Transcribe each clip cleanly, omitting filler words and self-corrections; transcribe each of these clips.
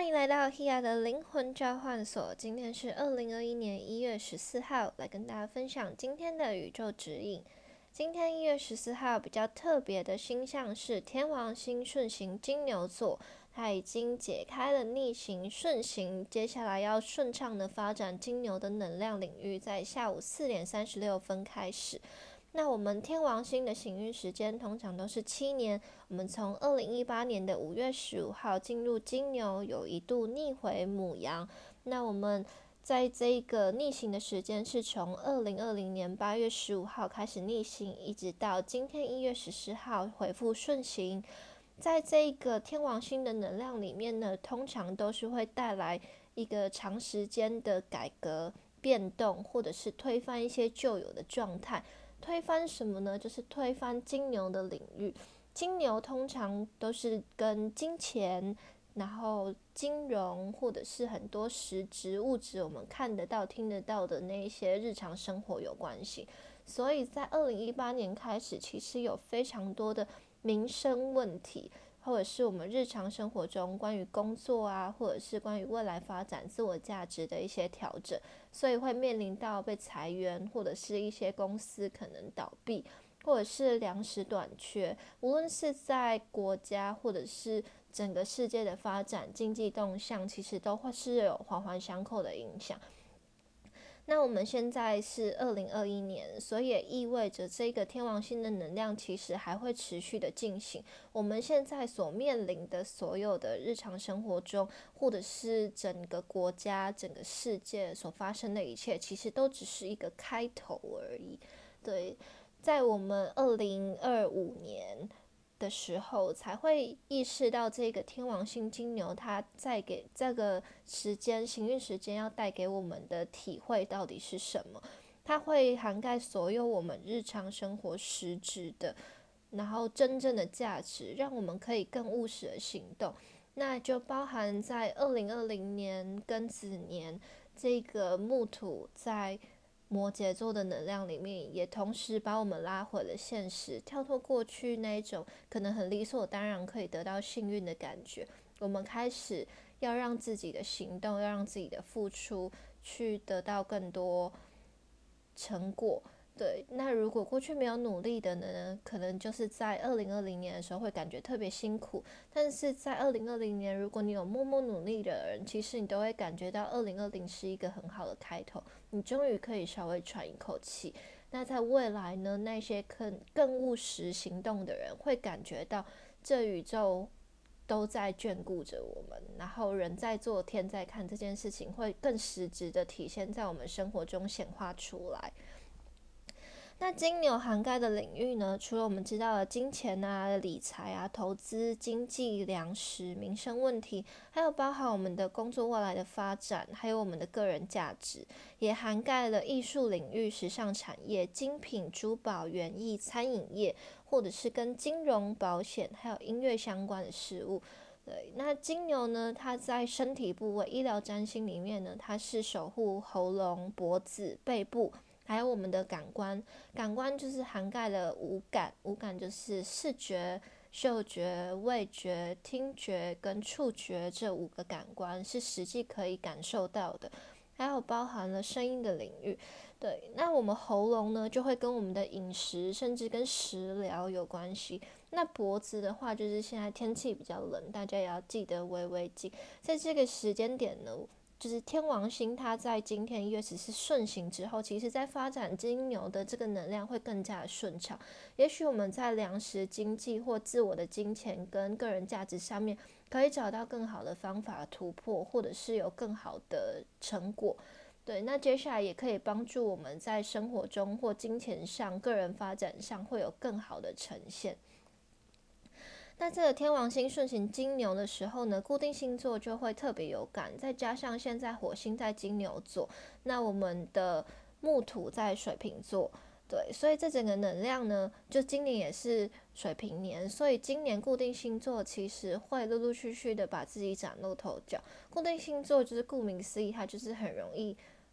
欢迎来到 Hia 的灵魂召唤所。今天是2021年1月14号，来跟大家分享今天的宇宙指引。今天1月14号比较特别的星象是天王星顺行金牛座，它已经解开了逆行顺行，接下来要顺畅的发展金牛的能量领域，在下午4点36分开始。那我们天王星的行运时间通常都是7年，我们从2018年的5月15号进入金牛，有一度逆回牡羊。那我们在这个逆行的时间是从2020年8月15号开始逆行，一直到今天1月14号回复顺行。在这个天王星的能量里面呢，通常都是会带来一个长时间的改革变动，或者是推翻一些旧有的状态。推翻什么呢？就是推翻金牛的领域。金牛通常都是跟金钱，然后金融或者是很多实质物质我们看得到听得到的那一些日常生活有关系。所以在2018年开始，其实有非常多的民生问题，或者是我们日常生活中关于工作啊，或者是关于未来发展自我价值的一些调整，所以会面临到被裁员，或者是一些公司可能倒闭，或者是粮食短缺。无论是在国家或者是整个世界的发展经济动向，其实都会是有环环相扣的影响。那我们现在是2021年，所以也意味着这个天王星的能量其实还会持续的进行。我们现在所面临的所有的日常生活中，或者是整个国家、整个世界所发生的一切，其实都只是一个开头而已。对，在我们2025年的时候，才会意识到这个天王星金牛，它在给这个时间行运时间要带给我们的体会到底是什么。它会涵盖所有我们日常生活实质的，然后真正的价值，让我们可以更务实的行动。那就包含在2020年庚子年这个木土在摩羯座的能量里面，也同时把我们拉回了现实，跳脱过去那一种可能很理所当然可以得到幸运的感觉。我们开始要让自己的行动，要让自己的付出去得到更多成果。对，那如果过去没有努力的呢，可能就是在2020年的时候会感觉特别辛苦，但是在2020年，如果你有默默努力的人，其实你都会感觉到2020是一个很好的开头，你终于可以稍微喘一口气。那在未来呢，那些更务实行动的人会感觉到这宇宙都在眷顾着我们，然后人在做天在看，这件事情会更实质的体现在我们生活中显化出来。那金牛涵盖的领域呢，除了我们知道的金钱啊、理财啊、投资、经济、粮食、民生问题，还有包含我们的工作未来的发展，还有我们的个人价值，也涵盖了艺术领域、时尚产业、精品、珠宝、园艺、餐饮业，或者是跟金融、保险还有音乐相关的事物。对，那金牛呢，它在身体部位医疗占星里面呢，它是守护喉咙、脖子、背部，还有我们的感官。感官就是涵盖了五感，五感就是视觉、嗅觉、味觉、听觉跟触觉这5个感官是实际可以感受到的，还有包含了声音的领域。对，那我们喉咙呢，就会跟我们的饮食甚至跟食疗有关系。那脖子的话，就是现在天气比较冷，大家也要记得围围巾。在这个时间点呢，就是天王星它在今天1月14顺行之后，其实在发展金牛的这个能量会更加的顺畅。也许我们在粮食经济或自我的金钱跟个人价值上面，可以找到更好的方法突破，或者是有更好的成果。对，那接下来也可以帮助我们在生活中或金钱上、个人发展上会有更好的呈现。那这个天王星顺行金牛的时候呢，固定星座就会特别有感，再加上现在火星在金牛座，那我们的木土在水瓶座，对，所以这整个能量呢，就今年也是水瓶年，所以今年固定星座其实会陆陆续续的把自己崭露头角。固定星座就是顾名思义，它就是很容易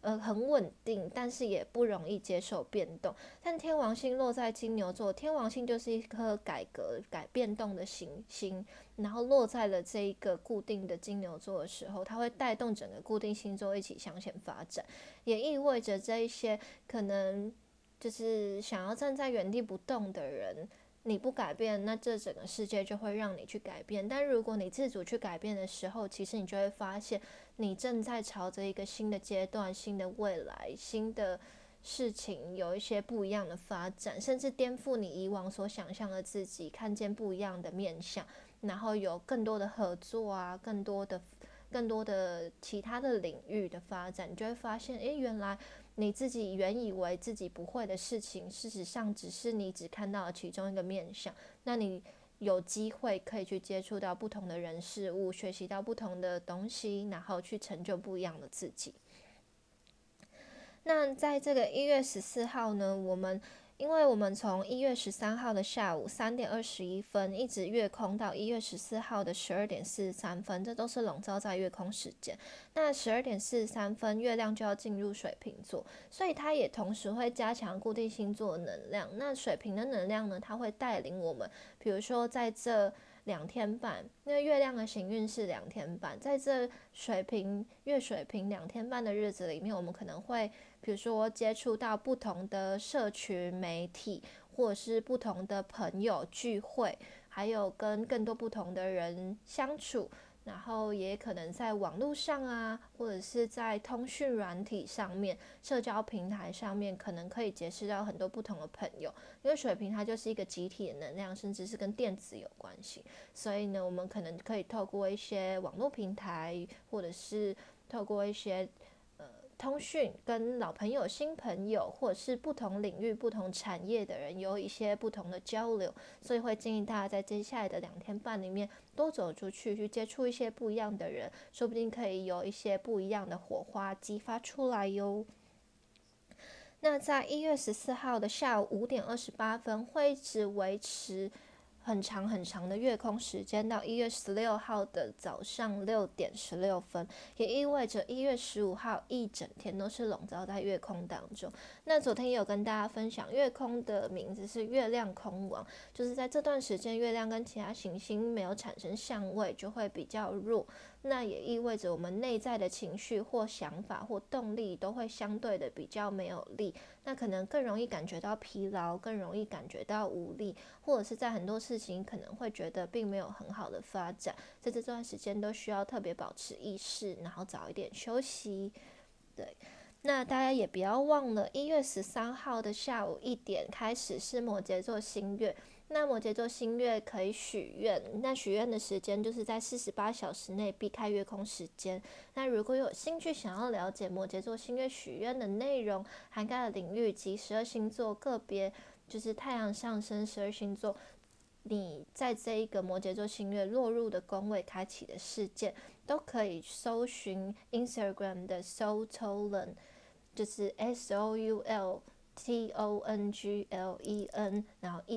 很稳定，但是也不容易接受变动。但天王星落在金牛座，天王星就是一颗改革、变动的行星，然后落在了这一个固定的金牛座的时候，它会带动整个固定星座一起向前发展，也意味着这一些可能就是想要站在原地不动的人，你不改变，那这整个世界就会让你去改变。但如果你自主去改变的时候，其实你就会发现，你正在朝着一个新的阶段、新的未来、新的事情有一些不一样的发展，甚至颠覆你以往所想象的自己，看见不一样的面向，然后有更多的合作啊，更多的其他的领域的发展，你就会发现，原来你自己原以为自己不会的事情，事实上只是你只看到了其中一个面向。那你有机会可以去接触到不同的人事物，学习到不同的东西，然后去成就不一样的自己。那在这个1月14号呢，因为我们从1月13号的下午3点21分一直月空到1月14号的12点43分，这都是笼罩在月空时间。那12点43分，月亮就要进入水瓶座，所以它也同时会加强固定星座的能量。那水瓶的能量呢，它会带领我们，比如说在这2天半，因为月亮的行运是2天半，在这月水瓶2天半的日子里面，我们可能会比如说接触到不同的社群媒体，或者是不同的朋友聚会，还有跟更多不同的人相处，然后也可能在网络上啊，或者是在通讯软体上面、社交平台上面，可能可以结识到很多不同的朋友。因为水瓶它就是一个集体的能量，甚至是跟电子有关系，所以呢，我们可能可以透过一些网络平台，或者是透过一些通讯，跟老朋友、新朋友，或者是不同领域、不同产业的人有一些不同的交流，所以会建议大家在接下来的2天半里面多走出去，去接触一些不一样的人，说不定可以有一些不一样的火花激发出来哟。那在1月14号的下午5点28分，会一直维持很长很长的月空时间到1月16号的早上6点16分，也意味着1月15号一整天都是笼罩在月空当中。那昨天也有跟大家分享，月空的名字是月亮空王，就是在这段时间月亮跟其他行星没有产生相位，就会比较弱。那也意味着我们内在的情绪或想法或动力都会相对的比较没有力，那可能更容易感觉到疲劳，更容易感觉到无力，或者是在很多事情可能会觉得并没有很好的发展，在这段时间都需要特别保持意识，然后早一点休息。对，那大家也不要忘了1月13号的下午1点开始是摩羯座新月。那摩羯座新月可以许愿，那许愿的时间就是在48小时内避开月空时间。那如果有兴趣想要了解摩羯座新月许愿的内容，涵盖的领域及12星座个别，就是太阳上升12星座，你在这一个摩羯座新月落入的宫位开启的事件，都可以搜寻 Instagram 的 Soultonglen， 就是 SOULTONGLEN， 然后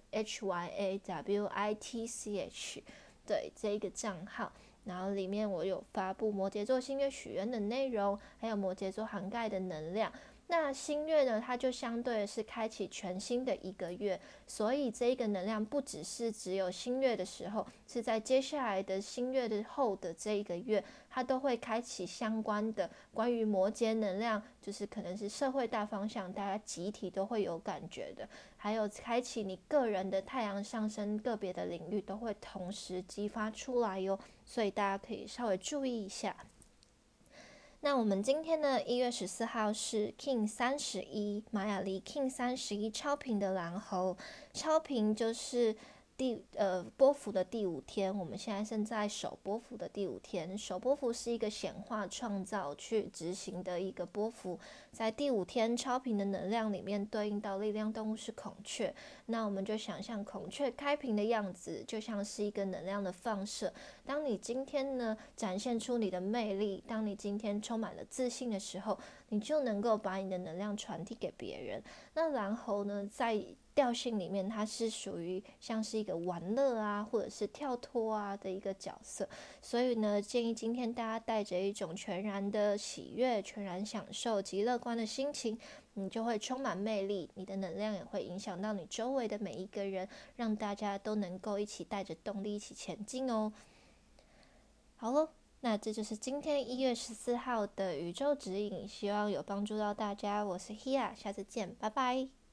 HYAWITCH， 对，这一个账号。然后里面我有发布摩羯座新月许愿的内容，还有摩羯座涵盖的能量。那新月呢，它就相对的是开启全新的一个月，所以这一个能量不只有新月的时候，是在接下来的新月的后的这一个月，它都会开启相关的关于摩羯能量，就是可能是社会大方向，大家集体都会有感觉的，还有开启你个人的太阳上升个别的领域都会同时激发出来哟，所以大家可以稍微注意一下。那我们今天的1月14号是 King 31，玛雅历 King 31超频的蓝猴，超频就是波符的第5天，我们现在正在守波符的第5天。守波符是一个显化创造去执行的一个波符，在第5天超频的能量里面对应到力量动物是孔雀，那我们就想象孔雀开屏的样子，就像是一个能量的放射。当你今天呢展现出你的魅力，当你今天充满了自信的时候，你就能够把你的能量传递给别人。那然后呢，在调性里面，它是属于像是一个玩乐啊，或者是跳脱啊的一个角色。所以呢，建议今天大家带着一种全然的喜悦、全然享受及乐观的心情，你就会充满魅力，你的能量也会影响到你周围的每一个人，让大家都能够一起带着动力一起前进哦。好咯，那这就是今天1月14号的宇宙指引，希望有帮助到大家。我是 Hia，下次见，拜拜。